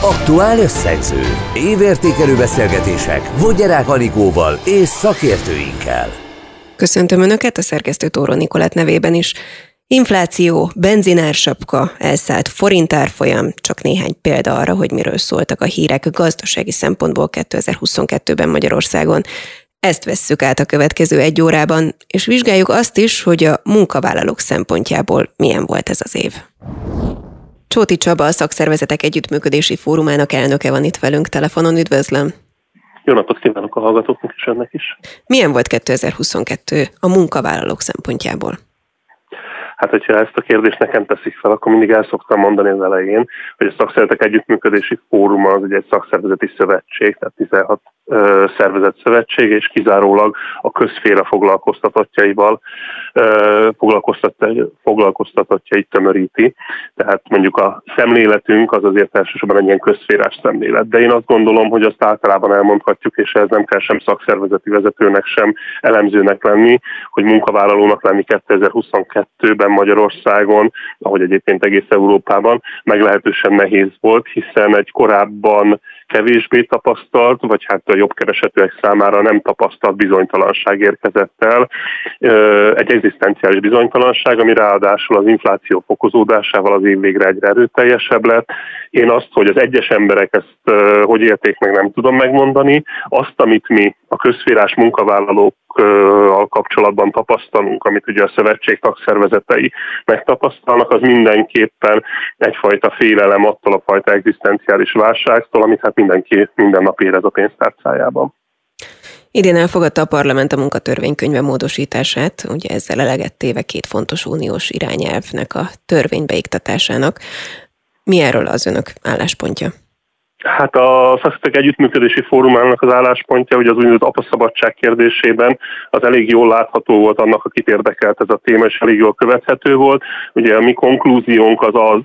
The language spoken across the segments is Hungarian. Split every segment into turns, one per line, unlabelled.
Aktuál összegző, évértékelő beszélgetések Vogyarák Anikóval és szakértőinkkel.
Köszöntöm Önöket a szerkesztő Tóró Nikolett nevében is. Infláció, benzinársapka, elszállt forintárfolyam, csak néhány példa arra, hogy miről szóltak a hírek gazdasági szempontból 2022-ben Magyarországon. Ezt vesszük át a következő egy órában, és vizsgáljuk azt is, hogy a munkavállalók szempontjából milyen volt ez az év. Csóti Csaba, a Szakszervezetek Együttműködési Fórumának elnöke van itt velünk telefonon, üdvözlöm!
Jó napot kívánok a hallgatóknak és önnek is!
Milyen volt 2022 a munkavállalók szempontjából?
Hát, hogyha ezt a kérdést nekem teszik fel, akkor mindig el szoktam mondani az elején, hogy a Szakszervezetek Együttműködési Fóruma az ugye egy szakszervezeti szövetség, tehát 16 szervezet szövetség, és kizárólag a közszféra foglalkoztatottjait tömöríti. Tehát mondjuk a szemléletünk az azért elsősorban egy ilyen közszférás szemlélet. De én azt gondolom, hogy azt általában elmondhatjuk, és ez nem kell sem szakszervezeti vezetőnek, sem elemzőnek lenni, hogy munkavállalónak lenni 2022-ben Magyarországon, ahogy egyébként egész Európában, meglehetősen nehéz volt, hiszen egy korábban kevésbé tapasztalt, vagy hát a jobb keresetűek számára nem tapasztalt bizonytalanság érkezett el. Egy egzisztenciális bizonytalanság, ami ráadásul az infláció fokozódásával az év végre egyre erőteljesebb lett. Én azt, hogy az egyes emberek ezt hogy élték meg, nem tudom megmondani. Azt, amit mi a közszférás munkavállalókkal kapcsolatban tapasztalunk, amit ugye a szövetség tagszervezetei megtapasztalnak, az mindenképpen egyfajta félelem attól a fajta egzisztenciális válságtól, amit hát mindenki minden nap érez a pénztárcájában.
Idén elfogadta a parlament a munkatörvénykönyve módosítását, ugye ezzel eleget téve két fontos uniós irányelvnek a törvénybeiktatásának. Mi erről az önök álláspontja?
Hát a Szakszervezetek Együttműködési Fórumának az álláspontja, hogy az úgynevezett apaszabadság kérdésében az elég jól látható volt annak, akit érdekelt ez a téma, és elég jól követhető volt. Ugye a mi konklúziónk az,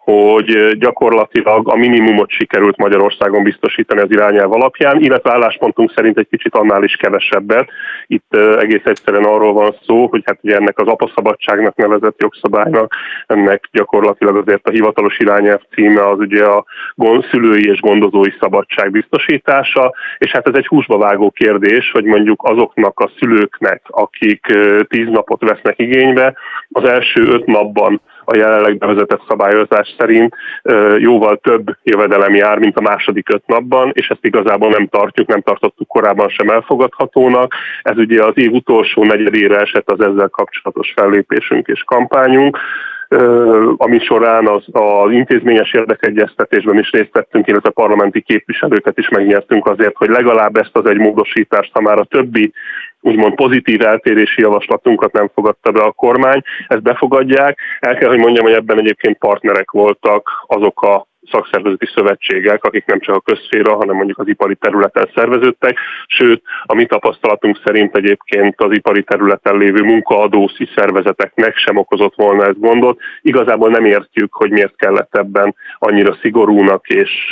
hogy gyakorlatilag a minimumot sikerült Magyarországon biztosítani az irányelv alapján, illetve álláspontunk szerint egy kicsit annál is kevesebbet. Itt egész egyszerűen arról van szó, hogy hát ugye ennek az apaszabadságnak nevezett jogszabálynak, ennek gyakorlatilag azért a hivatalos irányelv címe az ugye a szülői és gondozói szabadság biztosítása, és hát ez egy húsba vágó kérdés, hogy mondjuk azoknak a szülőknek, akik 10 napot vesznek igénybe, az első 5 napban a jelenleg bevezetett szabályozás szerint jóval több jövedelem jár, mint a második 5 napban, és ezt igazából nem tartottuk korábban sem elfogadhatónak. Ez ugye az év utolsó negyedére esett az ezzel kapcsolatos fellépésünk és kampányunk, ami során az intézményes érdekegyeztetésben is részt vettünk, illetve parlamenti képviselőket is megnyertünk azért, hogy legalább ezt az egy módosítást, ha már a többi úgymond pozitív eltérési javaslatunkat nem fogadta be a kormány, ezt befogadják. El kell, hogy mondjam, hogy ebben egyébként partnerek voltak azok a szakszervezeti szövetségek, akik nem csak a közszféra, hanem mondjuk az ipari területen szerveződtek, sőt, a mi tapasztalatunk szerint egyébként az ipari területen lévő munkaadószi szervezeteknek sem okozott volna ez gondot. Igazából nem értjük, hogy miért kellett ebben annyira szigorúnak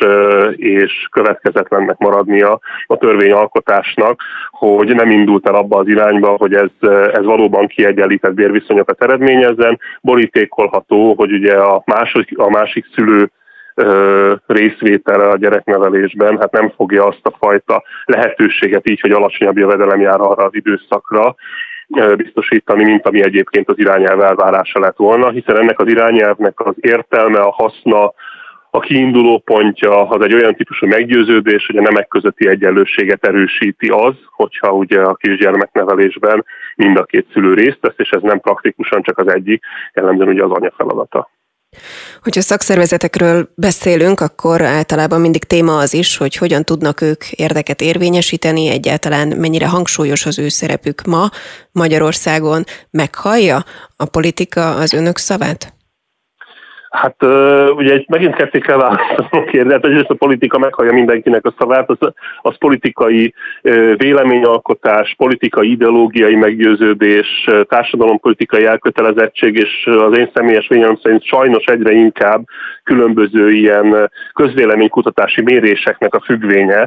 és következetlennek maradnia a törvényalkotásnak, hogy nem indult el abba az irányba, hogy ez valóban kiegyenlített bérviszonyokat eredményezzen. Borítékolható, hogy ugye a másik szülő részvétele a gyereknevelésben, hát nem fogja azt a fajta lehetőséget így, hogy alacsonyabb jövedelem jár arra az időszakra biztosítani, mint ami egyébként az irányelv elvárása lett volna, hiszen ennek az irányelvnek az értelme, a haszna, a kiinduló pontja az egy olyan típusú meggyőződés, hogy a nemek közötti egyenlőséget erősíti az, hogyha ugye a kisgyermeknevelésben mind a két szülő részt vesz, és ez nem praktikusan csak az egyik, jellemzően ugye az anya feladata.
Hogyha szakszervezetekről beszélünk, akkor általában mindig téma az is, hogy hogyan tudnak ők érdeket érvényesíteni, egyáltalán mennyire hangsúlyos az ő szerepük ma Magyarországon. Meghallja a politika az önök szavát?
Hát ugye megint ketté kell választanom a kérdést, hogy a politika meghallja mindenkinek a szavát, az politikai véleményalkotás, politikai ideológiai meggyőződés, társadalompolitikai elkötelezettség, és az én személyes véleményem szerint sajnos egyre inkább különböző ilyen közvéleménykutatási méréseknek a függvénye,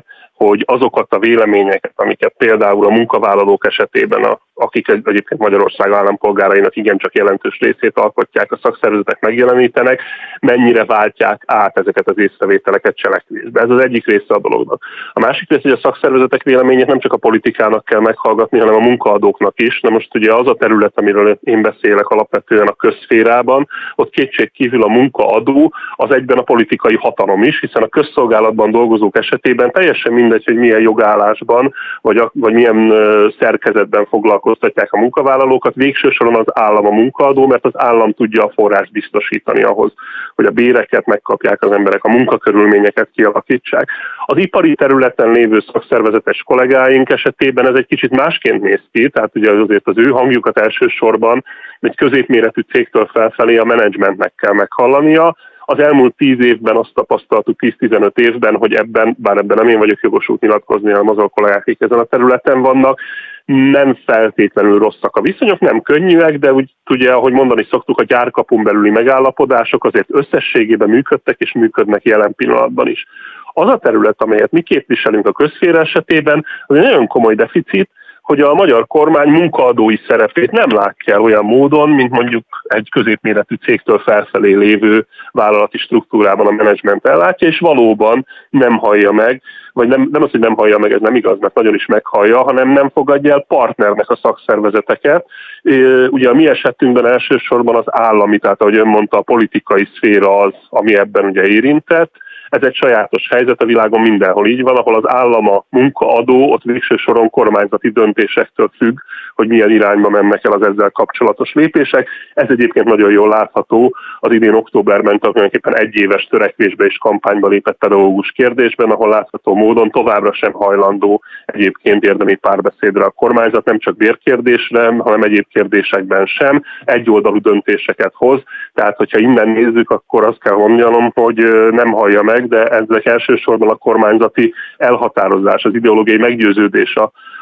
hogy azokat a véleményeket, amiket például a munkavállalók esetében, akik egyébként Magyarország állampolgárainak igencsak jelentős részét alkotják, a szakszervezetek megjelenítenek, mennyire váltják át ezeket az észrevételeket cselekvésbe. Ez az egyik része a dolognak. A másik része, hogy a szakszervezetek véleményét nem csak a politikának kell meghallgatni, hanem a munkaadóknak is. Na most ugye az a terület, amiről én beszélek alapvetően a közszférában, ott kétségkívül a munkaadó az egyben a politikai hatalom is, hiszen a közszolgálatban dolgozók esetében teljesen mindegy, hogy milyen jogállásban vagy milyen szerkezetben foglalkoztatják a munkavállalókat, végső soron az állam a munkaadó, mert az állam tudja a forrást biztosítani ahhoz, hogy a béreket megkapják az emberek, a munkakörülményeket kialakítsák. Az ipari területen lévő szakszervezetes kollégáink esetében ez egy kicsit másként néz ki, tehát ugye azért az ő hangjukat elsősorban egy középméretű cégtől felfelé a menedzsmentnek kell meghallania. Az elmúlt 10 évben azt tapasztaltuk, 10-15 évben, hogy ebben nem én vagyok jogosult nyilatkozni, hanem azok a kollégák, akik ezen a területen vannak, nem feltétlenül rosszak a viszonyok, nem könnyűek, de úgy ugye, ahogy mondani szoktuk, a gyárkapun belüli megállapodások azért összességében működtek és működnek jelen pillanatban is. Az a terület, amelyet mi képviselünk a közszféra esetében, az egy nagyon komoly deficit, hogy a magyar kormány munkaadói szerepét nem látja el olyan módon, mint mondjuk egy középméretű cégtől felfelé lévő vállalati struktúrában a menedzsment ellátja, és valóban nem hallja meg, vagy nem az, hogy nem hallja meg, ez nem igaz, mert nagyon is meghallja, hanem nem fogadja el partnernek a szakszervezeteket. Ugye a mi esetünkben elsősorban az állami, tehát ahogy ön mondta, a politikai szféra az, ami ebben ugye érintett. Ez egy sajátos helyzet, a világon mindenhol így van, ahol az állam a munkaadó, ott végső soron kormányzati döntésektől függ, hogy milyen irányba mennek el az ezzel kapcsolatos lépések. Ez egyébként nagyon jól látható az idén októberben tulajdonképpen egyéves törekvésbe és kampányba lépett pedagógus kérdésben, ahol látható módon továbbra sem hajlandó egyébként érdemi párbeszédre a kormányzat, nem csak bérkérdésre, hanem egyéb kérdésekben sem, egyoldalú döntéseket hoz. Tehát, hogyha innen nézzük, akkor azt kell mondanom, hogy nem hallja meg, de ezek elsősorban a kormányzati elhatározás, az ideológiai meggyőződés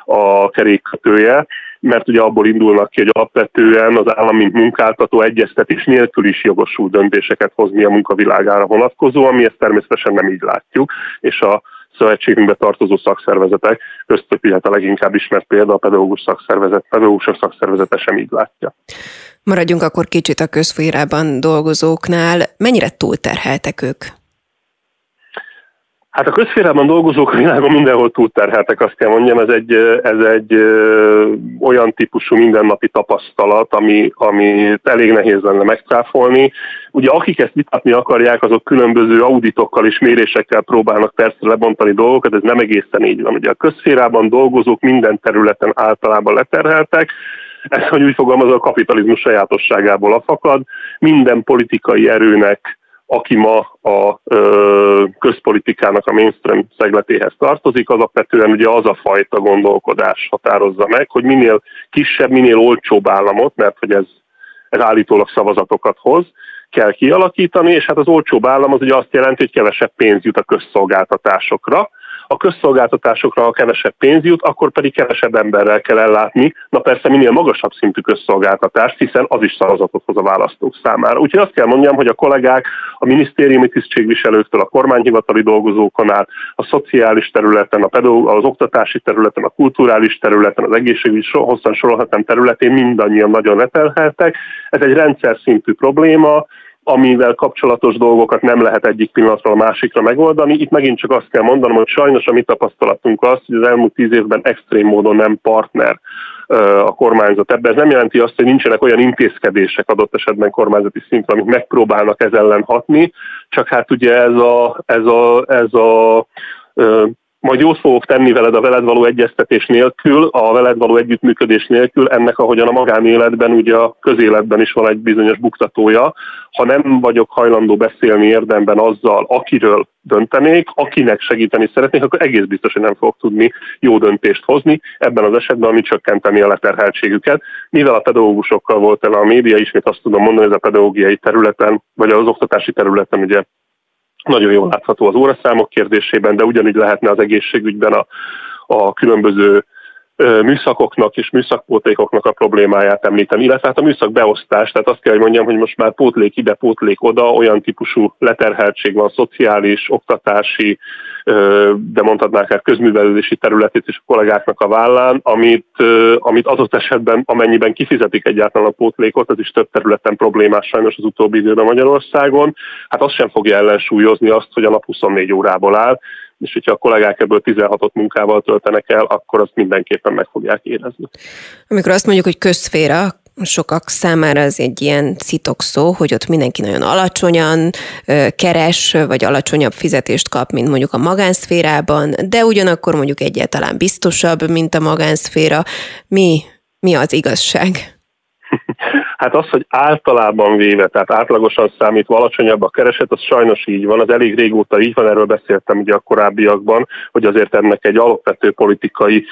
a kerékkötője, mert ugye abból indulnak ki, hogy alapvetően az állam, mint munkáltató egyeztetés nélkül is jogosult döntéseket hozni a munkavilágára vonatkozóan, mi ezt természetesen nem így látjuk, és a szövetségünkbe tartozó szakszervezetek, köztük a leginkább ismert példa a pedagógusok szakszervezete sem így látja.
Maradjunk akkor kicsit a közszférában dolgozóknál. Mennyire túlterheltek ők?
Hát a közszférában dolgozók a világon mindenhol túlterheltek, azt kell mondjam, ez egy olyan típusú mindennapi tapasztalat, ami elég nehéz lenne megcáfolni. Ugye akik ezt vitatni akarják, azok különböző auditokkal és mérésekkel próbálnak persze lebontani dolgokat, ez nem egészen így van. Ugye a közszférában dolgozók minden területen általában leterheltek, ez, hogy úgy fogalmazom, a kapitalizmus sajátosságából fakad, minden politikai erőnek, aki ma a közpolitikának a mainstream szegletéhez tartozik, alapvetően ugye az a fajta gondolkodás határozza meg, hogy minél kisebb, minél olcsóbb államot, mert hogy ez állítólag szavazatokat hoz, kell kialakítani, és hát az olcsóbb állam az ugye azt jelenti, hogy kevesebb pénz jut a közszolgáltatásokra. A közszolgáltatásokra, ha kevesebb pénz jut, akkor pedig kevesebb emberrel kell ellátni. Na persze minél magasabb szintű közszolgáltatást, hiszen az is szavazatot hoz a választók számára. Úgyhogy azt kell mondjam, hogy a kollégák a minisztériumi tisztségviselőktől, a kormányhivatali dolgozókon át, a szociális területen, az oktatási területen, a kulturális területen, az egészségügyi hosszan sorolhatnám területén mindannyian nagyon leterheltek. Ez egy rendszer szintű probléma, amivel kapcsolatos dolgokat nem lehet egyik pillanatról a másikra megoldani. Itt megint csak azt kell mondanom, hogy sajnos a mi tapasztalatunk az, hogy az elmúlt 10 évben extrém módon nem partner a kormányzat ebben. Ez nem jelenti azt, hogy nincsenek olyan intézkedések adott esetben kormányzati szinten, amik megpróbálnak ez ellen hatni, csak hát ugye ez a majd jót fogok tenni veled a veled való egyeztetés nélkül, a veled való együttműködés nélkül, ennek ahogyan a magánéletben, ugye a közéletben is van egy bizonyos buktatója. Ha nem vagyok hajlandó beszélni érdemben azzal, akiről döntenék, akinek segíteni szeretnék, akkor egész biztos, hogy nem fogok tudni jó döntést hozni. Ebben az esetben, ami csökkenteni a leterheltségüket. Mivel a pedagógusokkal volt el a média, ismét azt tudom mondani, hogy ez a pedagógiai területen, vagy az oktatási területen ugye nagyon jól látható az óraszámok kérdésében, de ugyanígy lehetne az egészségügyben a különböző műszakoknak és műszakpótlékoknak a problémáját említeni, illetve hát a műszakbeosztás, tehát azt kell, hogy mondjam, hogy most már pótlék ide, pótlék oda, olyan típusú leterheltség van, szociális, oktatási, de mondhatnánk el közművelődési területét is a kollégáknak a vállán, amit adott esetben, amennyiben kifizetik egyáltalán a pótlékot, az is több területen problémás sajnos az utóbbi időben Magyarországon, hát az sem fogja ellensúlyozni azt, hogy a nap 24 órából áll, és hogyha a kollégák ebből 16-ot munkával töltenek el, akkor azt mindenképpen meg fogják érezni.
Amikor azt mondjuk, hogy közszféra, sokak számára ez egy ilyen szitokszó, hogy ott mindenki nagyon alacsonyan keres, vagy alacsonyabb fizetést kap, mint mondjuk a magánszférában, de ugyanakkor mondjuk egyáltalán biztosabb, mint a magánszféra. Mi az igazság?
Hát az, hogy általában véve, tehát átlagosan számítva alacsonyabb a kereset, az sajnos így van, az elég régóta így van, erről beszéltem ugye a korábbiakban, hogy azért ennek egy alapvető politikai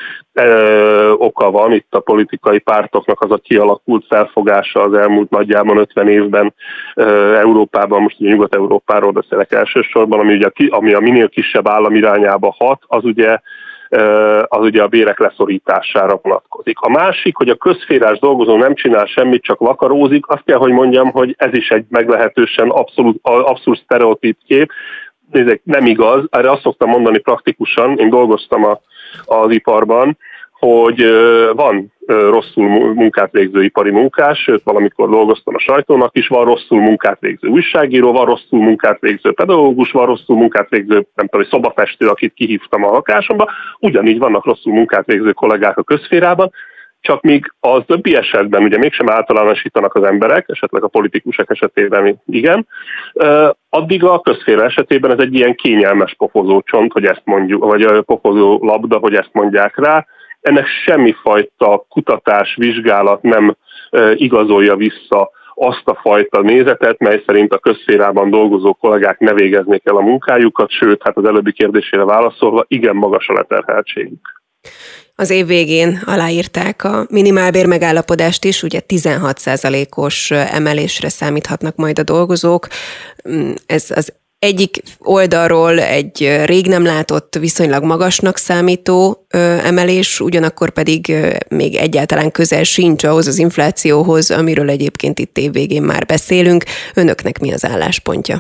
oka van, itt a politikai pártoknak az a kialakult felfogása az elmúlt nagyjából 50 évben Európában, most ugye Nyugat-Európáról beszélek elsősorban, ami a minél kisebb állam irányába hat, az ugye a bérek leszorítására vonatkozik. A másik, hogy a közszférás dolgozó nem csinál semmit, csak vakarózik, azt kell, hogy mondjam, hogy ez is egy meglehetősen abszurd sztereotíp kép. Nézzék, nem igaz, erre azt szoktam mondani praktikusan, én dolgoztam az iparban, hogy van rosszul munkát végző ipari munkás, sőt valamikor dolgoztam a sajtónak is, van rosszul munkát végző újságíró, van rosszul munkát végző pedagógus, van rosszul munkát végző, nem tudom, szobafestő, akit kihívtam a lakásomba, ugyanígy vannak rosszul munkát végző kollégák a közszférában, csak míg az többi esetben ugye mégsem általánosítanak az emberek, esetleg a politikusok esetében igen, addig a közszféra esetében ez egy ilyen kényelmes pofozó csont, hogy ezt mondjuk, vagy pofozó labda, hogy ezt mondják rá. Ennek semmifajta kutatás, vizsgálat nem igazolja vissza azt a fajta nézetet, mely szerint a közszférában dolgozó kollégák ne végeznék el a munkájukat, sőt, hát az előbbi kérdésére válaszolva, igen magas a leterheltségük.
Az év végén aláírták a minimálbér megállapodást is, ugye 16%-os emelésre számíthatnak majd a dolgozók. Ez az egyik oldalról egy rég nem látott, viszonylag magasnak számító emelés, ugyanakkor pedig még egyáltalán közel sincs ahhoz az inflációhoz, amiről egyébként itt évvégén már beszélünk. Önöknek mi az álláspontja?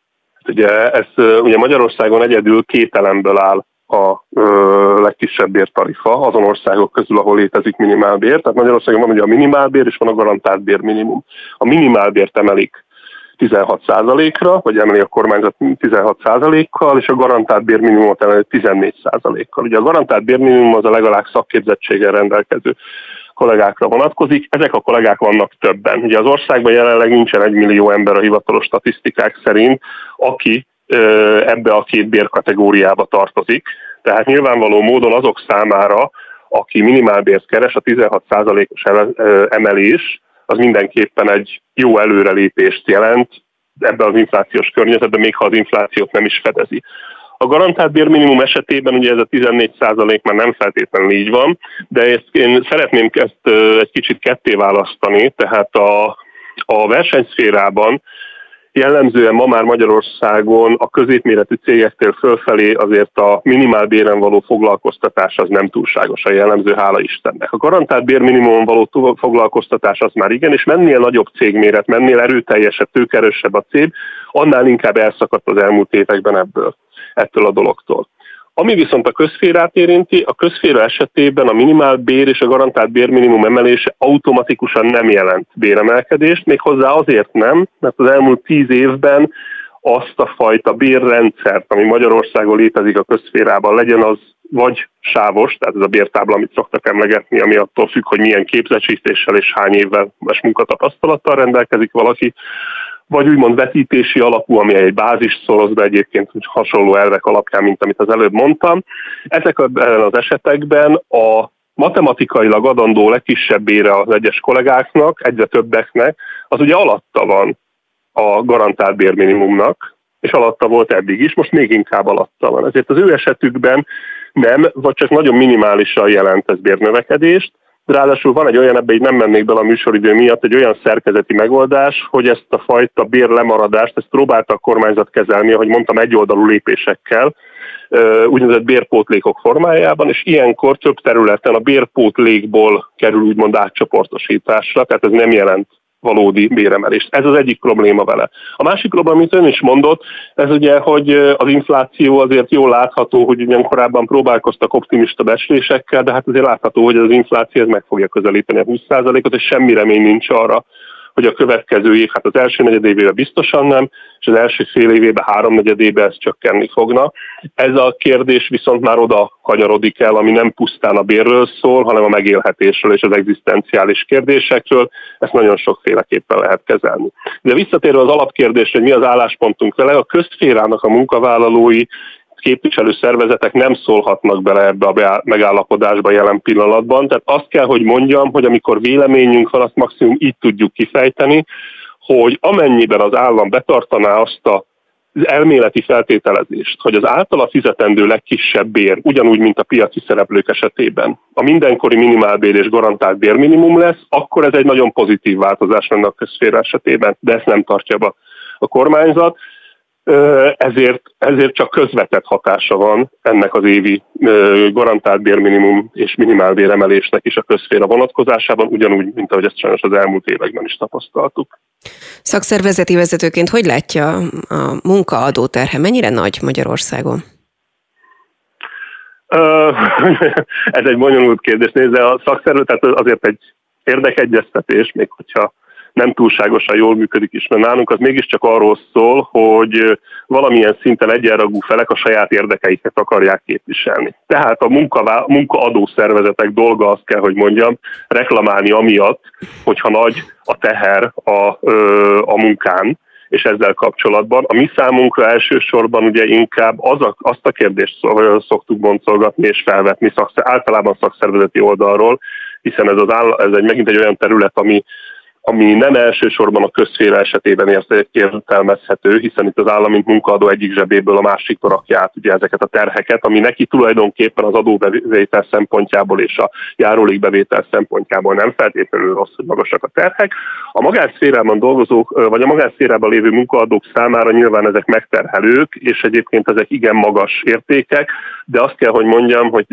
Ugye Magyarországon egyedül 2 elemből áll a legkisebb bértarifa azon országok közül, ahol létezik minimálbér. Tehát Magyarországon van ugye a minimálbér, és van a garantált bérminimum. A minimálbért emelik 16%-ra, vagy emeli a kormányzat 16%-kal, és a garantált bérminimumot emeli 14%-kal. Ugye a garantált bérminimum az a legalább szakképzettséggel rendelkező kollégákra vonatkozik. Ezek a kollégák vannak többen. Ugye az országban jelenleg nincsen 1 millió ember a hivatalos statisztikák szerint, aki ebbe a 2 bérkategóriába tartozik. Tehát nyilvánvaló módon azok számára, aki minimálbért keres, a 16%-os emelés, az mindenképpen egy jó előrelépést jelent ebben az inflációs környezetben, még ha az inflációt nem is fedezi. A garantált bérminimum esetében ugye ez a 14% már nem feltétlenül így van, de én szeretném ezt egy kicsit ketté választani, tehát a versenyszférában jellemzően ma már Magyarországon a középméretű cégektől fölfelé azért a minimálbéren való foglalkoztatás az nem túlságosan jellemző, hála Istennek. A garantált bérminimumon való foglalkoztatás az már igen, és mennél nagyobb cégméret, mennél erőteljesebb, tőkerősebb a cég, annál inkább elszakadt az elmúlt években ettől a dologtól. Ami viszont a közszférát érinti, a közszféra esetében a minimálbér és a garantált bérminimum emelése automatikusan nem jelent béremelkedést, méghozzá azért nem, mert az elmúlt 10 évben azt a fajta bérrendszert, ami Magyarországon létezik a közszférában, legyen az vagy sávos, tehát ez a bértábla, amit szoktak emlegetni, ami attól függ, hogy milyen képzettsítéssel és hány évvel és munkatapasztalattal rendelkezik valaki, vagy úgymond vetítési alapú, ami egy bázis szoroz be egyébként hasonló elvek alapján, mint amit az előbb mondtam. Ezekben az esetekben a matematikailag adandó legkisebb bére az egyes kollégáknak, egyre többeknek, az ugye alatta van a garantált bérminimumnak, és alatta volt eddig is, most még inkább alatta van. Ezért az ő esetükben nem, vagy csak nagyon minimálisan jelent ez bérnövekedést. Ráadásul van egy olyan, ebbe így nem mennék bele a műsoridő miatt, egy olyan szerkezeti megoldás, hogy ezt a fajta bérlemaradást, ezt próbálta a kormányzat kezelni, ahogy mondtam, egyoldalú lépésekkel, úgynevezett bérpótlékok formájában, és ilyenkor több területen a bérpótlékból kerül úgymond átcsoportosításra, tehát ez nem jelent valódi béremelést. Ez az egyik probléma vele. A másik probléma, amit ön is mondott, ez ugye, hogy az infláció azért jól látható, hogy ugyan korábban próbálkoztak optimista becslésekkel, de hát azért látható, hogy az infláció meg fogja közelíteni a 20%-ot, és semmi remény nincs arra, hogy a következő év, hát az első negyedévében biztosan nem, és az első fél évében, háromnegyedében ez csökkenni fogna. Ez a kérdés viszont már oda kanyarodik el, ami nem pusztán a bérről szól, hanem a megélhetésről és az egzisztenciális kérdésekről. Ezt nagyon sokféleképpen lehet kezelni. De visszatérve az alapkérdésre, hogy mi az álláspontunk vele, a közszférának a munkavállalói képviselő szervezetek nem szólhatnak bele ebbe a megállapodásba jelen pillanatban. Tehát azt kell, hogy mondjam, hogy amikor véleményünk van, azt maximum így tudjuk kifejteni, hogy amennyiben az állam betartaná azt az elméleti feltételezést, hogy az általa fizetendő legkisebb bér, ugyanúgy, mint a piaci szereplők esetében, a mindenkori minimálbér és garantált bérminimum lesz, akkor ez egy nagyon pozitív változás lenne a közszféra esetében, de ezt nem tartja be a kormányzat. Ezért csak közvetett hatása van ennek az évi garantált bérminimum és minimálbéremelésnek is a közszféra vonatkozásában, ugyanúgy, mint ahogy ezt sajnos az elmúlt években is tapasztaltuk.
Szakszervezeti vezetőként hogy látja a munkaadó terhe? Mennyire nagy Magyarországon?
Ez egy bonyolult kérdés. Nézze, a szakszervezet azért egy érdekegyeztetés, még hogyha nem túlságosan jól működik is, mert nálunk az mégiscsak arról szól, hogy valamilyen szinten egyenrangú felek a saját érdekeiket akarják képviselni. Tehát a munkaadó szervezetek dolga, azt kell, hogy mondjam, reklamálni amiatt, hogyha nagy a teher a munkán, és ezzel kapcsolatban. A mi számunkra elsősorban ugye inkább azt a kérdést szoktuk boncolgatni és felvetni általában szakszervezeti oldalról, hiszen ez megint egy olyan terület, ami nem elsősorban a közszféra esetében értelmezhető, hiszen itt az állam, mint munkaadó egyik zsebéből a másikba rakja át ugye ezeket a terheket, ami neki tulajdonképpen az adóbevétel szempontjából és a járulékbevétel szempontjából nem feltétlenül rossz, hogy magasak a terhek. A magánszférában dolgozók, vagy a magánszférában lévő munkaadók számára nyilván ezek megterhelők, és egyébként ezek igen magas értékek, de azt kell, hogy mondjam, hogy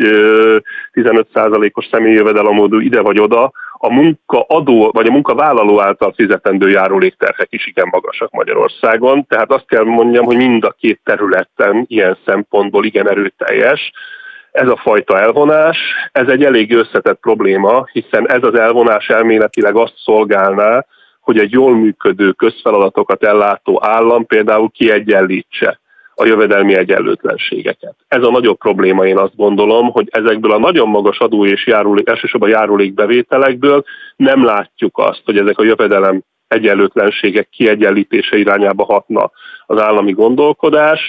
15%-os személyi jövedelemadó ide vagy oda, a munkaadó vagy a munkavállaló által fizetendő járulékterhek is igen magasak Magyarországon. Tehát azt kell mondjam, hogy mind a két területen ilyen szempontból igen erőteljes. Ez a fajta elvonás, ez egy elég összetett probléma, hiszen ez az elvonás elméletileg azt szolgálná, hogy egy jól működő közfeladatokat ellátó állam például kiegyenlítse a jövedelmi egyenlőtlenségeket. Ez a nagyobb probléma, én azt gondolom, hogy ezekből a nagyon magas adó és elsősorban járulékbevételekből nem látjuk azt, hogy ezek a jövedelem egyenlőtlenségek kiegyenlítése irányába hatna az állami gondolkodás.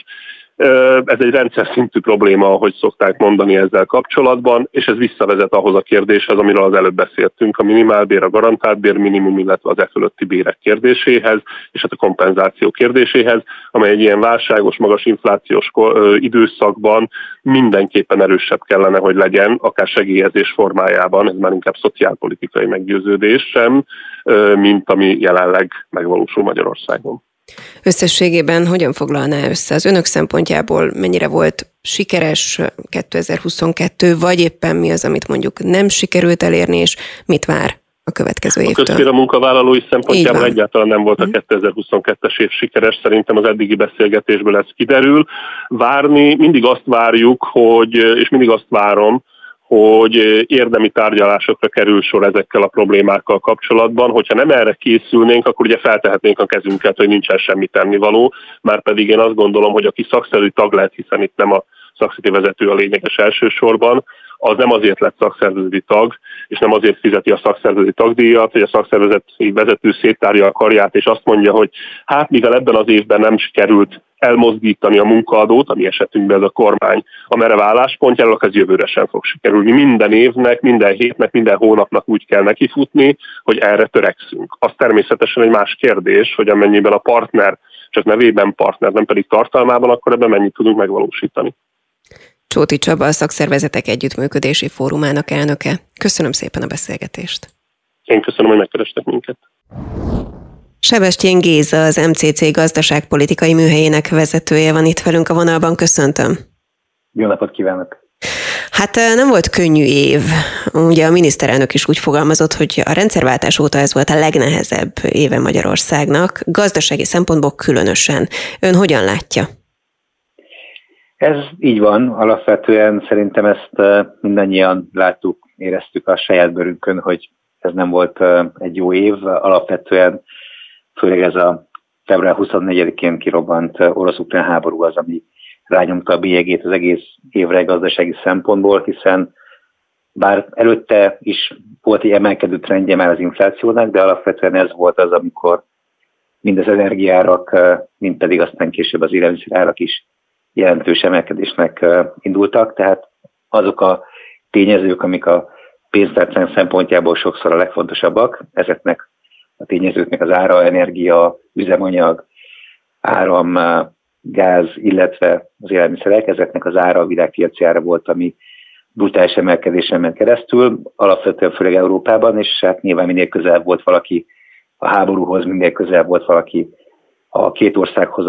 Ez egy rendszer szintű probléma, ahogy szokták mondani ezzel kapcsolatban, és ez visszavezet ahhoz a kérdéshez, amiről az előbb beszéltünk, a minimálbér, a garantált bérminimum, illetve az fölötti bérek kérdéséhez, és hát a kompenzáció kérdéséhez, amely egy ilyen válságos, magas inflációs időszakban mindenképpen erősebb kellene, hogy legyen, akár segélyezés formájában, ez már inkább szociálpolitikai meggyőződés sem, mint ami jelenleg megvalósul Magyarországon.
Összességében hogyan foglalná össze? Az önök szempontjából mennyire volt sikeres 2022, vagy éppen mi az, amit mondjuk nem sikerült elérni, és mit vár a következő évtől?
A közszféra munkavállalói szempontjából egyáltalán nem volt a 2022-es év sikeres, szerintem az eddigi beszélgetésből ez kiderül. Mindig azt várjuk, és mindig azt várom, hogy érdemi tárgyalásokra kerül sor ezekkel a problémákkal kapcsolatban. Hogyha nem erre készülnénk, akkor ugye feltehetnénk a kezünket, hogy nincsen semmi tennivaló, márpedig én azt gondolom, hogy aki szakszervezeti tag lett, hiszen itt nem a szakszervezeti vezető a lényeges elsősorban, az nem azért lett szakszervezeti tag, és nem azért fizeti a szakszervezeti tagdíjat, hogy a szakszervezeti vezető széttárja a karját, és azt mondja, hogy hát mivel ebben az évben nem sikerült elmozdítani a munkaadót, ami esetünkben ez a kormány a merev álláspontjáról, ez jövőre sem fog sikerülni. Minden évnek, minden hétnek, minden hónapnak úgy kell nekifutni, hogy erre törekszünk. Az természetesen egy más kérdés, hogy amennyiben a partner csak nevében partner, nem pedig tartalmában, akkor ebben mennyit tudunk megvalósítani.
Csóti Csaba, a Szakszervezetek Együttműködési Fórumának elnöke. Köszönöm szépen a beszélgetést.
Én köszönöm, hogy megkerestek minket.
Sebestyén Géza, az MCC gazdaságpolitikai műhelyének vezetője van itt velünk a vonalban. Köszöntöm.
Jó napot kívánok!
Hát nem volt könnyű év. Ugye a miniszterelnök is úgy fogalmazott, hogy a rendszerváltás óta ez volt a legnehezebb éve Magyarországnak, gazdasági szempontból különösen. Ön hogyan látja?
Ez így van. Alapvetően szerintem ezt mindannyian láttuk, éreztük a saját bőrünkön, hogy ez nem volt egy jó év. Alapvetően főleg ez a február 24-én kirobbant orosz-ukrán háború az, ami rányomta a bélyegét az egész évre gazdasági szempontból, hiszen bár előtte is volt egy emelkedő trendje már az inflációnak, de alapvetően ez volt az, amikor mind az energiaárak, mind pedig aztán később az élelmiszerárak is jelentős emelkedésnek indultak, tehát azok a tényezők, amik a pénztárcánk szempontjából sokszor a legfontosabbak, ezeknek a tényezőknek az ára, energia, üzemanyag, áram, gáz, illetve az élelmiszerek, ezeknek az ára a világpiaci ára volt, ami brutális emelkedésen ment keresztül, alapvetően főleg Európában, és hát nyilván minél közelebb volt valaki a háborúhoz, minél közelebb volt valaki a két országhoz,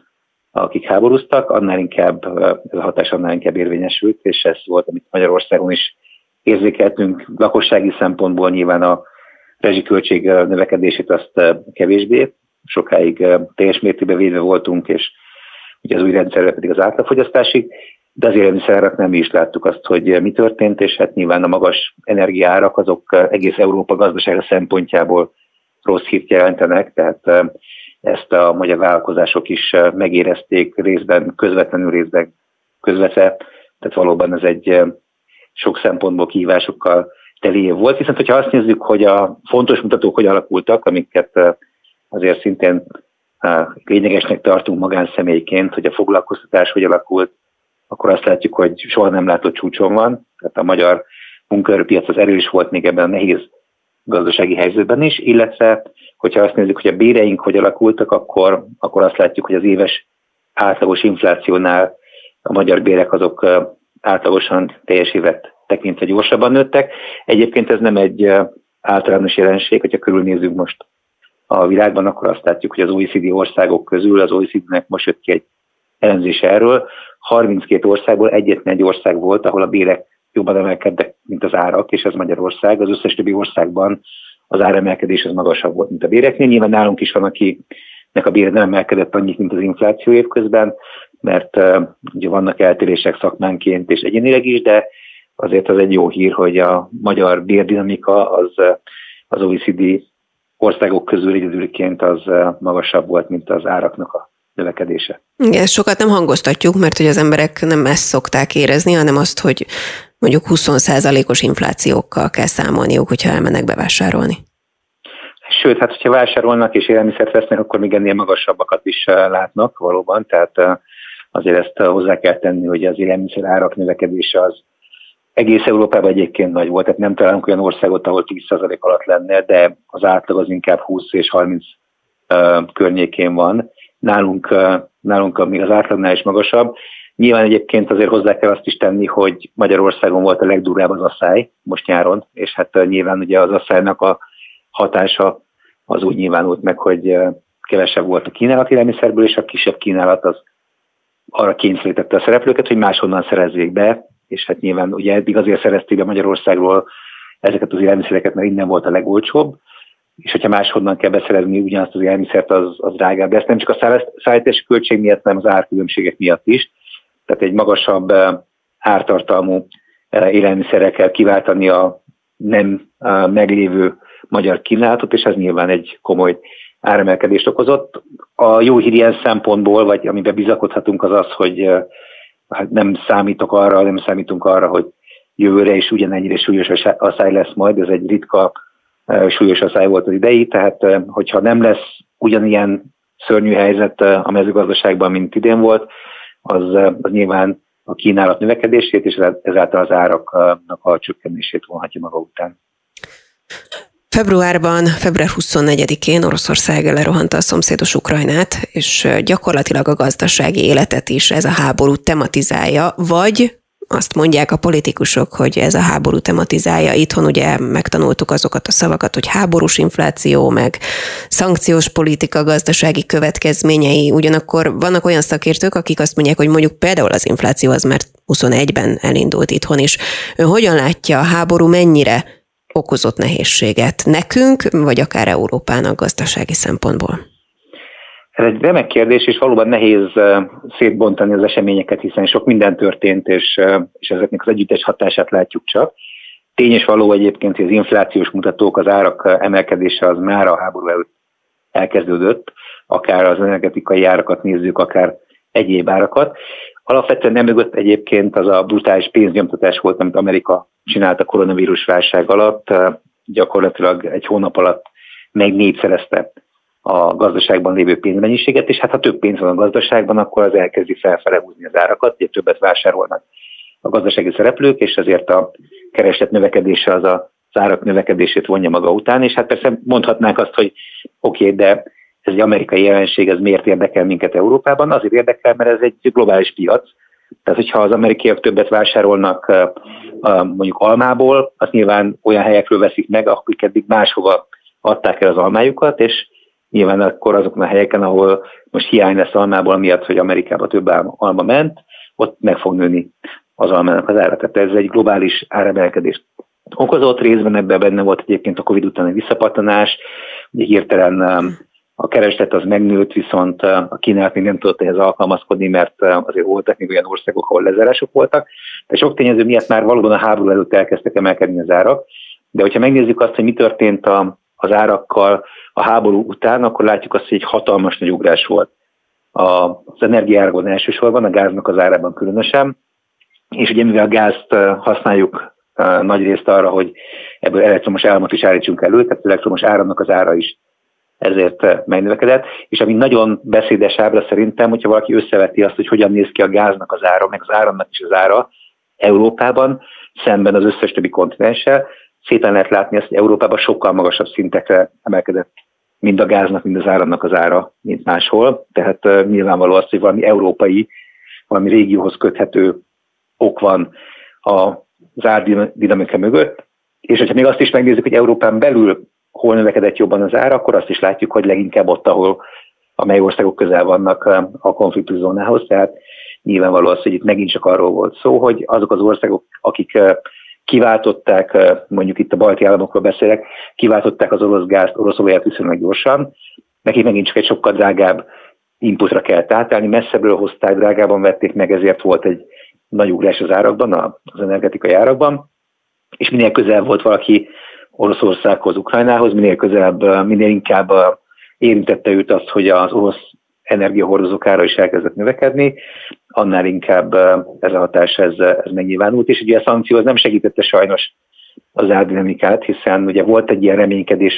akik háborúztak, annál inkább, ez a hatás annál inkább érvényesült, és ez volt, amit Magyarországon is érzékeltünk lakossági szempontból, nyilván a rezsiköltség növekedését azt kevésbé, sokáig teljes mértékben védve voltunk, és ugye az új rendszerre pedig az átlagfogyasztásig, de az élelmiszerárak nem is láttuk azt, hogy mi történt, és hát nyilván a magas energiaárak azok egész Európa gazdasága szempontjából rossz hírt jelentenek, tehát ezt a magyar vállalkozások is megérezték részben közvetlenül, részben közvetve, tehát valóban ez egy sok szempontból kihívásokkal teli év volt, viszont hogyha azt nézzük, hogy a fontos mutatók hogy alakultak, amiket azért szintén lényegesnek tartunk magánszemélyként, hogy a foglalkoztatás hogy alakult, akkor azt látjuk, hogy soha nem látott csúcson van, tehát a magyar munkaerőpiac az erős volt még ebben a nehéz gazdasági helyzetben is, illetve hogyha azt nézzük, hogy a béreink hogy alakultak, akkor azt látjuk, hogy az éves átlagos inflációnál a magyar bérek azok átlagosan teljes évet tekintve gyorsabban nőttek. Egyébként ez nem egy általános jelenség, hogyha körülnézzük most a világban, akkor azt látjuk, hogy az OECD országok közül, az OECD-nek most jött ki egy elemzés erről, 32 országból egyetlen egy ország volt, ahol a bérek jobban emelkedtek, mint az árak, és ez Magyarország. Az összes többi országban az áremelkedés az magasabb volt, mint a béreknél. Nyilván nálunk is van, akinek a bére nem emelkedett annyit, mint az infláció évközben, mert ugye vannak eltérések szakmánként és egyénileg is, de azért az egy jó hír, hogy a magyar bérdinamika az OECD országok közül egyedülként az magasabb volt, mint az áraknak a növekedése.
Igen, sokat nem hangoztatjuk, mert hogy az emberek nem ezt szokták érezni, hanem azt, hogy mondjuk 20%-os inflációkkal kell számolniuk, hogyha elmennek bevásárolni.
Sőt, hát hogyha vásárolnak és élelmiszert vesznek, akkor még ennél magasabbakat is látnak valóban, tehát azért ezt hozzá kell tenni, hogy az élelmiszer árak növekedése az egész Európában egyébként nagy volt, tehát nem találunk olyan országot, ahol 10% alatt lenne, de az átlag az inkább 20 és 30 környékén van. Nálunk még az átlagnál is magasabb. Nyilván egyébként azért hozzá kell azt is tenni, hogy Magyarországon volt a legdurvább az asszály most nyáron, és hát nyilván ugye az asszálynak a hatása az úgy nyilvánult meg, hogy kevesebb volt a kínálat élelmiszerből, és a kisebb kínálat az arra kényszerítette a szereplőket, hogy máshonnan szerezzék be, és hát nyilván ugye eddig azért szerezték be Magyarországról ezeket az élelmiszereket, mert innen volt a legolcsóbb, és hogyha máshonnan kell beszerezni ugyanazt az élelmiszert, az drágább. De ezt nem csak a szállítási költség miatt, hanem az árkülönbségek miatt is. Tehát egy magasabb ártartalmú élelmiszerrel kell kiváltani a nem meglévő magyar kínálatot, és ez nyilván egy komoly áremelkedést okozott. A jó hír ilyen szempontból, vagy amiben bizakodhatunk, az az, hogy nem számítunk arra, hogy jövőre is ugyanennyire súlyos asszály lesz majd, ez egy ritka súlyos asszály volt az idei, tehát hogyha nem lesz ugyanilyen szörnyű helyzet a mezőgazdaságban, mint idén volt, az nyilván a kínálat növekedését és ezáltal az áraknak a csökkenését vonhatja maga után.
Február 24-én Oroszország lerohanta a szomszédos Ukrajnát, és gyakorlatilag a gazdasági életet is ez a háború tematizálja, vagy azt mondják a politikusok, hogy ez a háború tematizálja. Itthon ugye megtanultuk azokat a szavakat, hogy háborús infláció, meg szankciós politika gazdasági következményei. Ugyanakkor vannak olyan szakértők, akik azt mondják, hogy mondjuk például az infláció az már 21-ben elindult itthon is. Ön hogyan látja, a háború mennyire okozott nehézséget nekünk, vagy akár Európának gazdasági szempontból?
Ez egy remek kérdés, és valóban nehéz szétbontani az eseményeket, hiszen sok minden történt, és ezeknek az együttes hatását látjuk csak. Tény és való egyébként, hogy az inflációs mutatók, az árak emelkedése az már a háború előtt elkezdődött, akár az energetikai árakat nézzük, akár egyéb árakat. Alapvetően emögött egyébként az a brutális pénznyomtatás volt, amit Amerika csinált a koronavírus válság alatt, gyakorlatilag egy hónap alatt meg négyszerezte a gazdaságban lévő pénzmennyiséget, és hát ha több pénz van a gazdaságban, akkor az elkezdi felfele húzni az árakat, ugye többet vásárolnak a gazdasági szereplők, és azért a kereslet növekedése az árak növekedését vonja maga után, és hát persze mondhatnánk azt, hogy oké, de ez egy amerikai jelenség, ez miért érdekel minket Európában? Azért érdekel, mert ez egy globális piac, tehát hogyha az amerikaiak többet vásárolnak mondjuk almából, azt nyilván olyan helyekről veszik meg, akik eddig máshova adták el az almájukat, és nyilván akkor azokon a helyeken, ahol most hiány lesz almából, miatt, hogy Amerikába több alma ment, ott meg fog nőni az almának az ára. Tehát ez egy globális áremelkedést okozott, részben ebben benne volt egyébként a Covid utáni visszapattanás, ugye hirtelen a kereslet az megnőtt, viszont a kínálat még nem tudott ehhez alkalmazkodni, mert azért voltak még olyan országok, ahol lezárások voltak. De sok tényező miatt már valóban a háború előtt elkezdtek emelkedni az árak, de hogyha megnézzük azt, hogy mi történt az árakkal a háború után, akkor látjuk azt, hogy egy hatalmas nagy ugrás volt. Az energiaárakban elsősorban, a gáznak az árában különösen, és ugye mivel a gázt használjuk nagy részt arra, hogy ebből elektromos áramot is állítsunk elő, tehát az elektromos áramnak az ára is ezért megnövekedett, és ami nagyon beszédes ábra szerintem, hogyha valaki összeveti azt, hogy hogyan néz ki a gáznak az ára, meg az áramnak is az ára Európában, szemben az összes többi kontinenssel, szépen lehet látni azt, hogy Európában sokkal magasabb szintekre emelkedett mind a gáznak, mind az áramnak az ára, mint máshol. Tehát nyilvánvaló az, hogy valami európai, valami régióhoz köthető ok van az árdinamika mögött. És hogyha még azt is megnézzük, hogy Európán belül hol növekedett jobban az ára, akkor azt is látjuk, hogy leginkább ott, amely országok közel vannak a konfliktuszónához. Tehát nyilvánvaló az, hogy itt megint csak arról volt szó, hogy azok az országok, akik kiváltották, mondjuk itt a balti államokról beszélek, kiváltották az orosz gázt, orosz olajat viszonylag gyorsan, nekik megint csak egy sokkal drágább inputra kell átállni, messzebbről hozták, drágában vették meg, ezért volt egy nagy ugrás az árakban, az energetikai árakban, és minél közelebb volt valaki Oroszországhoz, Ukrajnához, minél inkább érintette őt azt, hogy az orosz energiahordozók ára is elkezdett növekedni, annál inkább ez a hatás ez megnyilvánult, és ugye a szankció az nem segítette sajnos az árdinamikát, hiszen ugye volt egy ilyen reménykedés,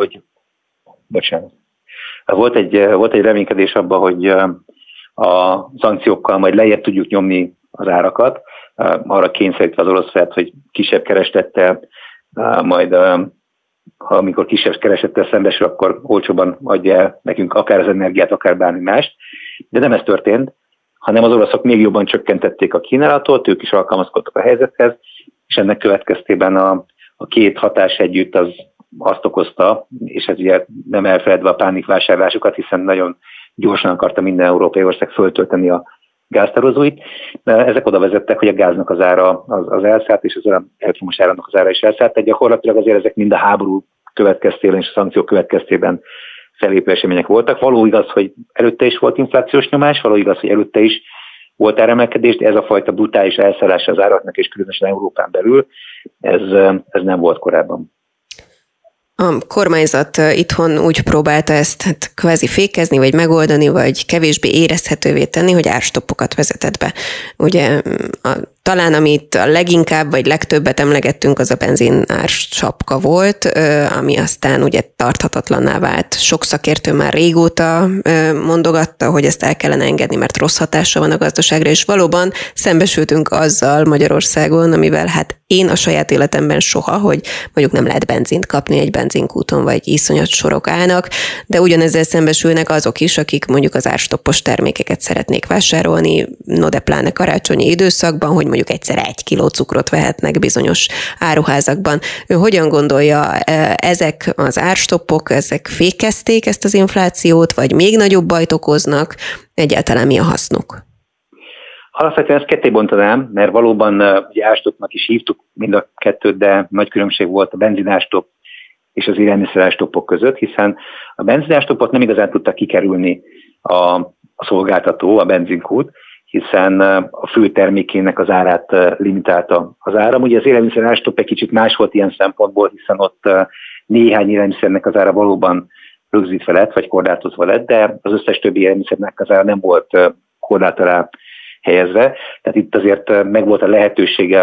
volt egy reménykedés abban, hogy a szankciókkal majd lejjebb tudjuk nyomni az árakat, arra kényszerítve az orosz Fed, hogy kisebb kereslettel, majd amikor kisebb keresettel szembesül, akkor olcsóban adja el nekünk akár az energiát, akár bármi mást. De nem ez történt, hanem az oroszok még jobban csökkentették a kínálatot, ők is alkalmazkodtak a helyzethez, és ennek következtében a két hatás együtt azt okozta, és ez ugye nem elfeledve a pánikvásárlásokat, hiszen nagyon gyorsan akarta minden európai ország föltölteni a gáztározóit. Ezek oda vezettek, hogy a gáznak az ára az elszállt, és az elektromos áramnak az ára is elszállt. Tehát gyakorlatilag azért ezek mind a háború következtében és a szankciók következtében felépő események voltak. Való igaz, hogy előtte is volt inflációs nyomás, való igaz, hogy előtte is volt áremelkedés, de ez a fajta brutális elszállása az áraknak, és különösen Európán belül, ez nem volt korábban.
A kormányzat itthon úgy próbálta ezt kvázi fékezni, vagy megoldani, vagy kevésbé érezhetővé tenni, hogy árstoppokat vezetett be. Ugye talán amit a leginkább, vagy legtöbbet emlegettünk, az a benzin ársapka volt, ami aztán ugye tarthatatlanná vált. Sok szakértő már régóta mondogatta, hogy ezt el kellene engedni, mert rossz hatása van a gazdaságra, és valóban szembesültünk azzal Magyarországon, amivel hát én a saját életemben soha, hogy mondjuk nem lehet benzint kapni egy benzinkúton, vagy iszonyat sorok állnak, de ugyanezzel szembesülnek azok is, akik mondjuk az árstoppos termékeket szeretnék vásárolni, no de pláne karácsonyi időszakban, hogy mondjuk egyszer 1 kiló cukrot vehetnek bizonyos áruházakban. Ő hogyan gondolja, ezek az árstoppok, ezek fékezték ezt az inflációt, vagy még nagyobb bajt okoznak? Egyáltalán mi a hasznuk?
Alapvetően ezt ketté bontanám, mert valóban ugye árstoppnak is hívtuk mind a kettőt, de nagy különbség volt a benzinárstopp és az élelmiszerárstoppok között, hiszen a benzinárstoppot nem igazán tudta kikerülni a szolgáltató, a benzinkút, hiszen a fő termékének az árát limitálta az áram. Ugye az élelmiszerárstopp egy kicsit más volt ilyen szempontból, hiszen ott néhány élelmiszernek az ára valóban rögzítve lett, vagy korlátozva lett, de az összes többi élelmiszernek az ára nem volt korlát alá helyezve. Tehát itt azért megvolt a lehetősége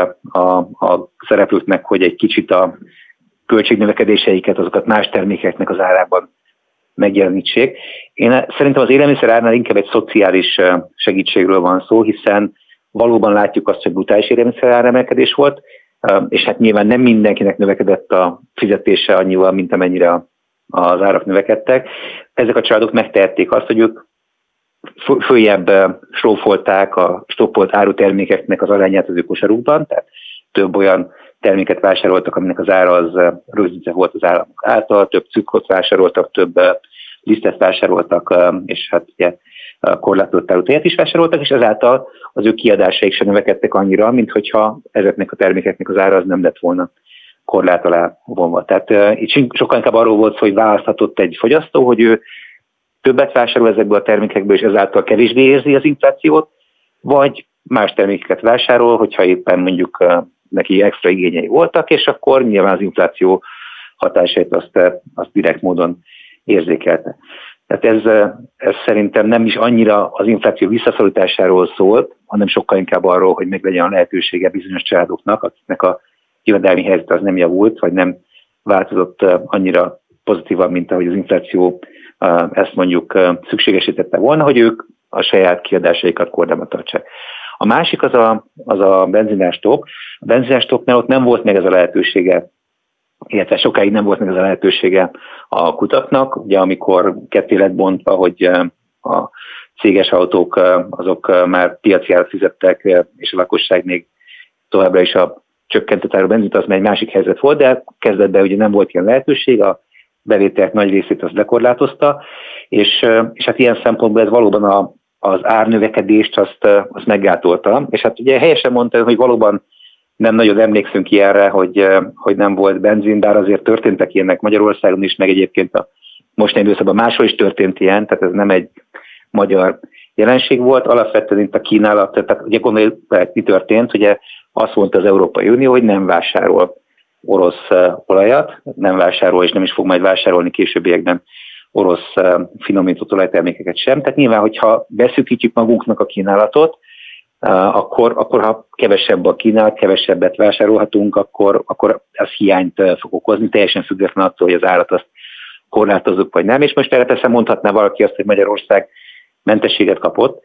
a szereplőknek, hogy egy kicsit a költségnövekedéseiket, azokat más termékeknek az árában megjelenítsék. Én szerintem az élelmiszer árnál inkább egy szociális segítségről van szó, hiszen valóban látjuk azt, hogy brutális élelmiszer áremelkedés volt, és hát nyilván nem mindenkinek növekedett a fizetése annyival, mint amennyire az árak növekedtek. Ezek a családok megtehették azt, hogy ők följebb srófolták a stoppolt árutermékeknek az arányát az ő kosarukban, tehát több olyan terméket vásároltak, aminek az ára az rögzítve volt az államok által, több cukrot vásároltak, több lisztet vásároltak, és hát ugye korlátozott árutejet is vásároltak, és ezáltal az ő kiadásaik sem növekedtek annyira, mint hogyha ezeknek a termékeknek az ára az nem lett volna korlát alá vonva. Tehát itt sokkal inkább arról volt szó, hogy választhatott egy fogyasztó, hogy ő többet vásárol ezekből a termékekből, és ezáltal kevésbé érzi az inflációt, vagy más termékeket vásárol, hogyha éppen mondjuk neki extra igényei voltak, és akkor nyilván az infláció hatásait azt direkt módon érzékelte. Tehát ez szerintem nem is annyira az infláció visszaszorításáról szólt, hanem sokkal inkább arról, hogy meglegyen a lehetősége bizonyos családoknak, akiknek a jövedelmi helyzet az nem javult, vagy nem változott annyira pozitívan, mint ahogy az infláció ezt mondjuk szükségesítette volna, hogy ők a saját kiadásaikat kordában tartsák. A másik az a benzinárstopp. A benzinárstoppnál ott nem volt meg ez a lehetősége, illetve sokáig nem volt meg ez a lehetősége a kutaknak, ugye amikor ketté lett bontva, hogy a céges autók azok már piaci árat fizettek, és a lakosság még továbbra is a csökkentett áru benzint, az már egy másik helyzet volt, de kezdetben ugye nem volt ilyen lehetőség, a bevételek nagy részét az lekorlátozta, és hát ilyen szempontból ez valóban az árnövekedést azt meggátolta, és hát ugye helyesen mondta, hogy valóban nem nagyon emlékszünk ilyenre, hogy nem volt benzin, bár azért történtek ilyenek Magyarországon is, meg egyébként a mostani időszakban máshol is történt ilyen, tehát ez nem egy magyar jelenség volt, alapvetően itt a kínálat, tehát ugye gondoljuk, mi történt, ugye azt mondta az Európai Unió, hogy nem vásárol orosz olajat, nem vásárol és nem is fog majd vásárolni későbbiekben orosz finomított olajtermékeket sem. Tehát nyilván, hogyha beszűkítjük magunknak a kínálatot, akkor ha kevesebb a kínálat, kevesebbet vásárolhatunk, akkor ez hiányt fog okozni, teljesen független attól, hogy az árat azt korlátozzuk, vagy nem. És most erre persze mondhatná valaki azt, hogy Magyarország mentességet kapott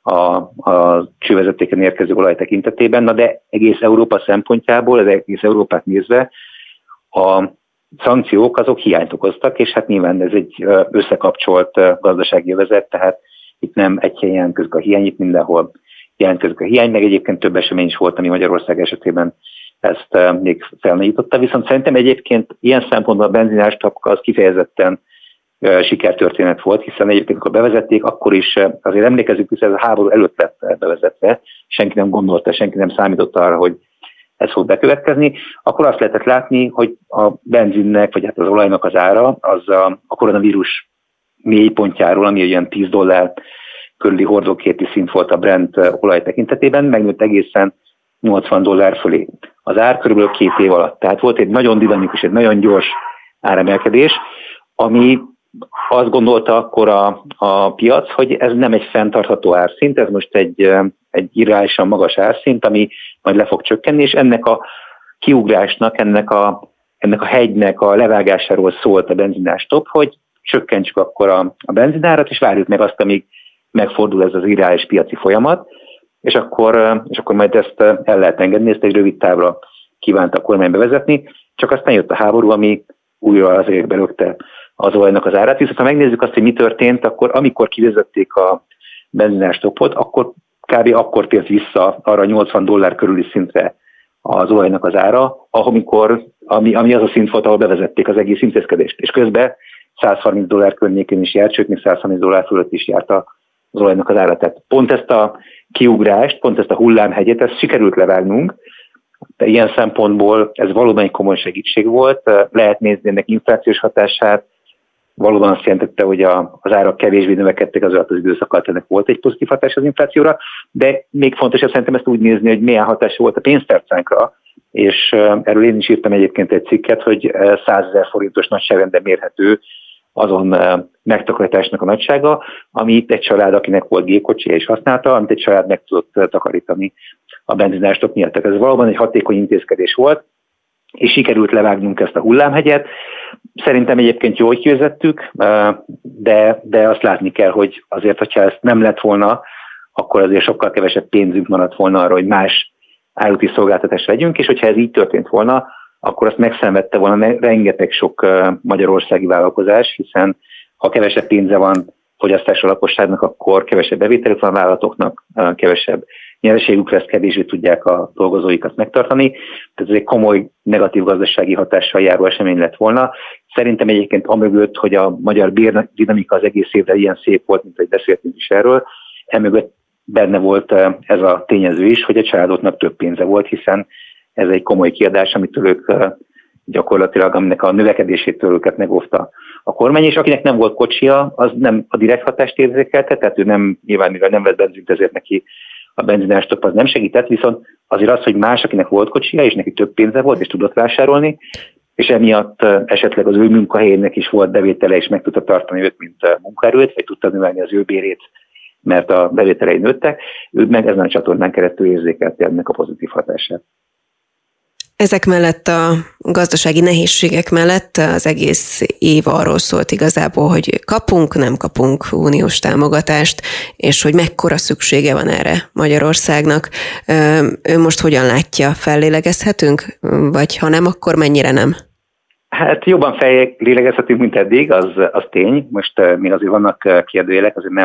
a csővezetéken érkező olaj tekintetében, na de egész Európa szempontjából, az egész Európát nézve a szankciók azok hiányt okoztak, és hát nyilván ez egy összekapcsolt gazdasági övezet, tehát itt nem egy helyen jelentkezik a hiány, itt mindenhol jelentkezik a hiány, meg egyébként több esemény is volt, ami Magyarország esetében ezt még felnagyította, viszont szerintem egyébként ilyen szempontból a benzinárstopp az kifejezetten sikertörténet volt, hiszen egyébként, amikor bevezették, akkor is azért emlékezzük vissza, ez a háború előtt lett bevezetve, senki nem gondolta, senki nem számította arra, hogy ez fog bekövetkezni, akkor azt lehetett látni, hogy a benzinnek, vagy hát az olajnak az ára, az a koronavírus mélypontjáról, ami ilyen $10 körüli hordókéti szint volt a Brent olaj tekintetében, megnőtt egészen $80 fölé. Az ár körülbelül 2 év alatt. Tehát volt egy nagyon dinamikus, egy nagyon gyors áremelkedés, ami azt gondolta akkor a piac, hogy ez nem egy fenntartható árszint, ez most egy irreálisan magas árszint, ami majd le fog csökkenni, és ennek a kiugrásnak, ennek a hegynek a levágásáról szólt a benzinárstopp, hogy csökkentsük akkor a benzinárat, és várjuk meg azt, amíg megfordul ez az irreális piaci folyamat, és akkor majd ezt el lehet engedni, ezt egy rövid távra kívánta a kormány bevezetni, csak aztán jött a háború, ami újra az égbe lökte az olajnak az árát. Viszont ha megnézzük azt, hogy mi történt, akkor amikor kivezették a benzinárstoppot, akkor kb. Akkor tért vissza arra $80 körüli szintre az olajnak az ára, ami az a szint volt, ahol bevezették az egész intézkedést. És közben $130 környékén is járt, sőt még $130 fölött is járt az olajnak az ára. Tehát pont ezt a kiugrást, pont ezt a hullámhegyet, ezt sikerült levágnunk, de ilyen szempontból ez valóban egy komoly segítség volt. Lehet nézni ennek inflációs hatását, valóban azt jelentette, hogy az árak kevésbé növekedtek az alatt az időszak alatt, ennek volt egy pozitív hatás az inflációra, de még fontosabb szerintem ezt úgy nézni, hogy milyen hatása volt a pénztárcánkra, és erről én is írtam egyébként egy cikket, hogy 100 000 forintos nagyságrendben mérhető azon megtakarításnak a nagysága, amit egy család, akinek volt gépkocsija és használta, amit egy család meg tudott takarítani a benzinárstopp miatt. Tehát ez valóban egy hatékony intézkedés volt, és sikerült levágnunk ezt a hullámhegyet. Szerintem egyébként jól kivezettük, de azt látni kell, hogy azért, hogyha ezt nem lett volna, akkor azért sokkal kevesebb pénzünk maradt volna arra, hogy más árúti szolgáltatást vegyünk, és hogyha ez így történt volna, akkor azt megszenvedte volna rengeteg sok magyarországi vállalkozás, hiszen ha kevesebb pénze van fogyasztásra a lakosságnak, akkor kevesebb bevételük van a vállalatoknak, kevesebb nyereségük lesz, kevésbé tudják a dolgozóikat megtartani. Tehát ez egy komoly negatív gazdasági hatással járó esemény lett volna. Szerintem egyébként amögött, hogy a magyar bérdinamika az egész évre ilyen szép volt, mint hogy beszéltünk is erről, emögött benne volt ez a tényező is, hogy a családoknak több pénze volt, hiszen ez egy komoly kiadás, amitől ők gyakorlatilag, aminek a növekedésétől őket megóvta a kormány, és akinek nem volt kocsija, az nem a direkt hatást érzékelte, tehát ő nem, nyilván mivel nem vett benzint, ezért neki a benzinárstopp az nem segített, viszont azért az, hogy más, akinek volt kocsija, és neki több pénze volt, és tudott vásárolni, és emiatt esetleg az ő munkahelyének is volt bevétele, és meg tudta tartani őt, mint munkaerőt, vagy tudta növelni az ő bérét, mert a bevételei nőttek, ő meg ezen a csatornán keresztül érzékelte ennek a pozitív hatását.
Ezek mellett a gazdasági nehézségek mellett az egész év arról szólt igazából, hogy kapunk, nem kapunk uniós támogatást, és hogy mekkora szüksége van erre Magyarországnak. Ő most hogyan látja, fellélegezhetünk? Vagy ha nem, akkor mennyire nem?
Hát jobban fellélegezhetünk, mint eddig, az tény. Most még azért vannak kérdőjelek, azért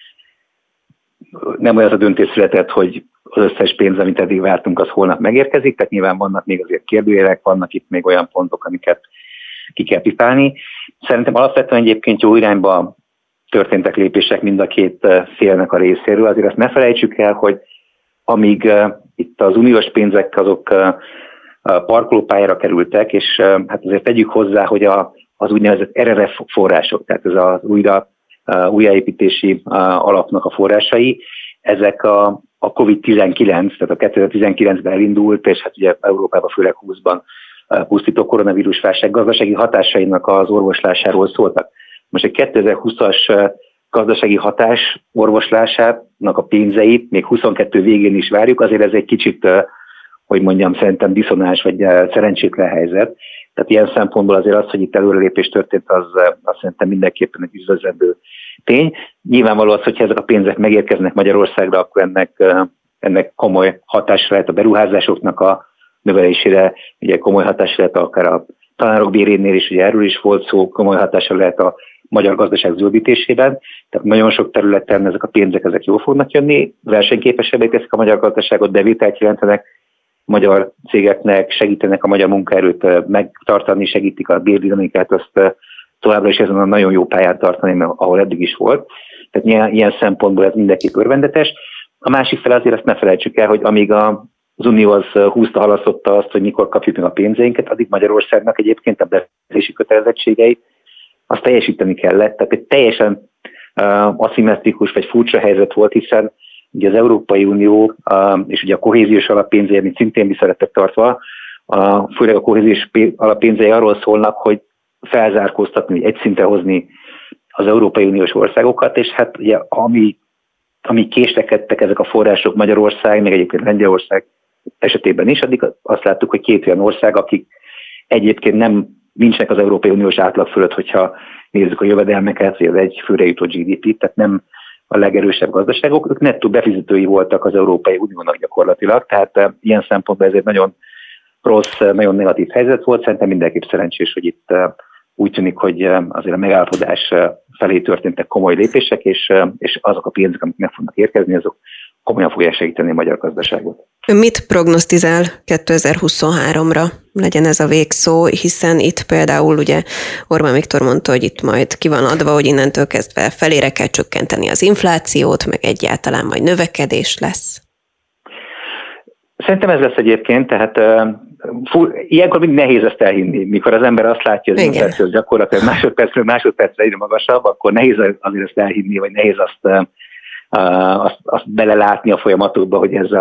nem olyan az a döntés született, hogy az összes pénz, amit eddig vártunk, az holnap megérkezik, tehát nyilván vannak még azért kérdőjelek, vannak itt még olyan pontok, amiket ki kell pipálni. Szerintem alapvetően egyébként jó irányba történtek lépések mind a két félnek a részéről. Azért azt ne felejtsük el, hogy amíg itt az uniós pénzek azok parkolópályára kerültek, és hát azért tegyük hozzá, hogy az úgynevezett RRF források, tehát ez az újjáépítési alapnak a forrásai, ezek a COVID-19, tehát a 2019-ben elindult, és hát ugye Európában főleg 20-ban pusztító koronavírus válság gazdasági hatásainak az orvoslásáról szóltak. Most egy 2020-as gazdasági hatás orvoslásának a pénzeit még 22 végén is várjuk, azért ez egy kicsit, hogy mondjam, szerintem diszonás vagy szerencsétlen helyzet. Tehát ilyen szempontból azért az, hogy itt előrelépés történt, az szerintem mindenképpen egy üdvözlendő tény. Nyilvánvaló az, hogyha ezek a pénzek megérkeznek Magyarországra, akkor ennek komoly hatásra lehet a beruházásoknak a növelésére, ugye komoly hatásra lehet akár a tanárok bérénél is, ugye erről is volt szó, komoly hatásra lehet a magyar gazdaság zöldítésében. Tehát nagyon sok területen ezek a pénzek ezek jól fognak jönni, versenyképesebbé teszik a magyar gazdaságot, bevételt jelentenek magyar cégeknek, segítenek a magyar munkaerőt megtartani, segítik a bérdinamikát, azt továbbra is ezen a nagyon jó pályán tartani, ahol eddig is volt. Tehát ilyen szempontból ez mindenképp örvendetes. A másik fel azért azt ne felejtsük el, hogy amíg az Unió az húzta, halasztotta azt, hogy mikor kapjuk meg a pénzeinket, addig Magyarországnak egyébként a befizetési kötelezettségeit azt teljesíteni kellett. Tehát egy teljesen aszimmetrikus vagy furcsa helyzet volt, hiszen ugye az Európai Unió és ugye a kohéziós alappénzei, amit szintén visszalettek tartva, főleg a kohéziós alappénzei arról szólnak, hogy felzárkóztatni, hogy egy szintre hozni az Európai Uniós országokat, és hát ugye ami késlekedtek ezek a források Magyarország, meg egyébként Lengyelország esetében is, addig azt láttuk, hogy két olyan ország, akik egyébként nincsenek az Európai Uniós átlag fölött, hogyha nézzük a jövedelmeket, vagy az egy főre jutó GDP-t, tehát nem a legerősebb gazdaságok, ők nettó befizetői voltak az Európai Uniónak gyakorlatilag, tehát ilyen szempontból ez egy nagyon rossz, nagyon negatív helyzet volt. Szerintem mindenképp szerencsés, hogy itt úgy tűnik, hogy azért a megállapodás felé történtek komoly lépések, és azok a pénzek, amik meg fognak érkezni, azok komolyan fogják segíteni a magyar gazdaságot.
Ön mit prognosztizál 2023-ra? Legyen ez a végszó, hiszen itt például ugye Orbán Viktor mondta, hogy itt majd ki van adva, hogy innentől kezdve felére kell csökkenteni az inflációt, meg egyáltalán majd növekedés lesz.
Szerintem ez lesz egyébként, tehát ilyenkor mindig nehéz ezt elhinni. Mikor az ember azt látja, hogy az infláció gyakorlatilag másodpercre egyre magasabb, akkor nehéz azért ezt elhinni, vagy nehéz azt belelátni a folyamatokba, hogy ez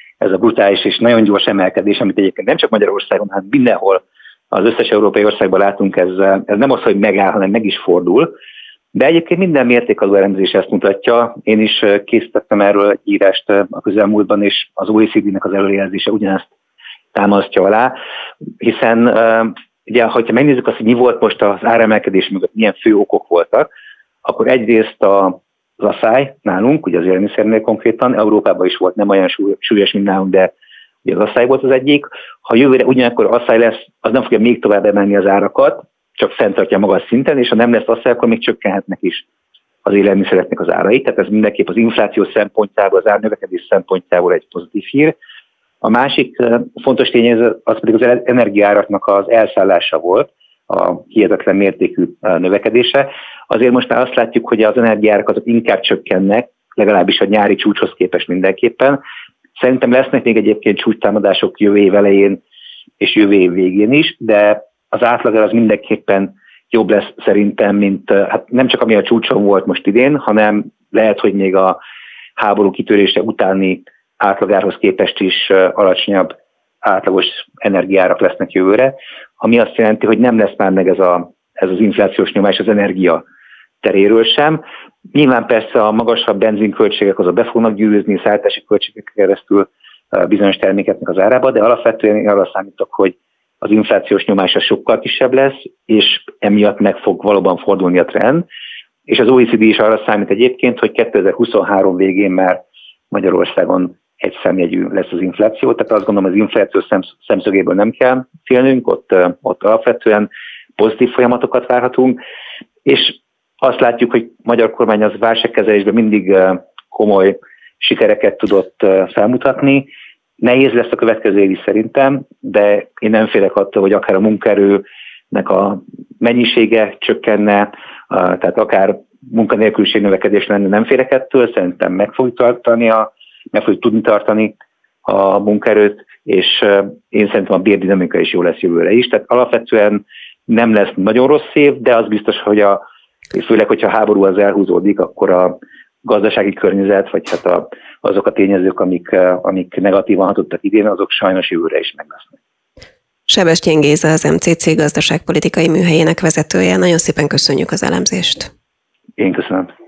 a brutális és nagyon gyors emelkedés, amit egyébként nem csak Magyarországon, hanem mindenhol az összes európai országban látunk, ez nem az, hogy megáll, hanem meg is fordul. De egyébként minden mértékadó elemzés ezt mutatja. Én is készítettem erről egy írást a közelmúltban, és az OECD-nek az előrejelzése ugyanezt támasztja alá, hiszen ugye, hogyha megnézzük azt, hogy mi volt most az áremelkedés mögött, milyen fő okok voltak, akkor egyrészt az asszály nálunk, ugye az élelmiszernél konkrétan, Európában is volt, nem olyan súlyos, mint nálunk, de ugye az asszály volt az egyik. Ha jövőre ugyanakkor asszály lesz, az nem fogja még tovább emelni az árakat, csak fenntartja magas szinten, és ha nem lesz asszály, akkor még csökkenhetnek is az élelmiszereknek az árai. Tehát ez mindenképp az infláció szempontjából, az árnövekedés szempontjából egy pozitív hír. A másik fontos tényező az pedig az energiaáraknak az elszállása volt, a hihetetlen mértékű növekedése. Azért most már azt látjuk, hogy az energiaárak azok inkább csökkennek, legalábbis a nyári csúcshoz képest mindenképpen. Szerintem lesznek még egyébként csúcstámadások jövő év elején és jövő év végén is, de az átlagára az mindenképpen jobb lesz szerintem, mint hát nem csak ami a csúcson volt most idén, hanem lehet, hogy még a háború kitörése utáni átlagárhoz képest is alacsonyabb átlagos energiárak lesznek jövőre, ami azt jelenti, hogy nem lesz már meg ez az inflációs nyomás az energia teréről sem. Nyilván persze a magasabb benzinköltségek azok be fognak gyűrűzni, szállítási költségek keresztül bizonyos termékeknek az árába, de alapvetően én arra számítok, hogy az inflációs nyomása sokkal kisebb lesz, és emiatt meg fog valóban fordulni a trend. És az OECD is arra számít egyébként, hogy 2023 végén már Magyarországon egy számjegyű lesz az infláció, tehát azt gondolom, az infláció szemszögéből nem kell félnünk, ott alapvetően pozitív folyamatokat várhatunk, és azt látjuk, hogy a magyar kormány az válságkezelésben mindig komoly sikereket tudott felmutatni. Nehéz lesz a következő év is szerintem, de én nem félek attól, hogy akár a munkaerőnek a mennyisége csökkenne, tehát akár munkanélküliség növekedés lenne, nem félek ettől, szerintem meg fogjuk tudni tartani a munkaerőt, és én szerintem a bérdinamika is jó lesz jövőre is. Tehát alapvetően nem lesz nagyon rossz év, de az biztos, hogy főleg, hogyha a háború az elhúzódik, akkor a gazdasági környezet, vagy hát azok a tényezők, amik negatívan hatottak idén, azok sajnos jövőre is meg lesznek.
Sebestyén Géza, az MCC gazdaságpolitikai műhelyének vezetője. Nagyon szépen köszönjük az elemzést.
Én köszönöm.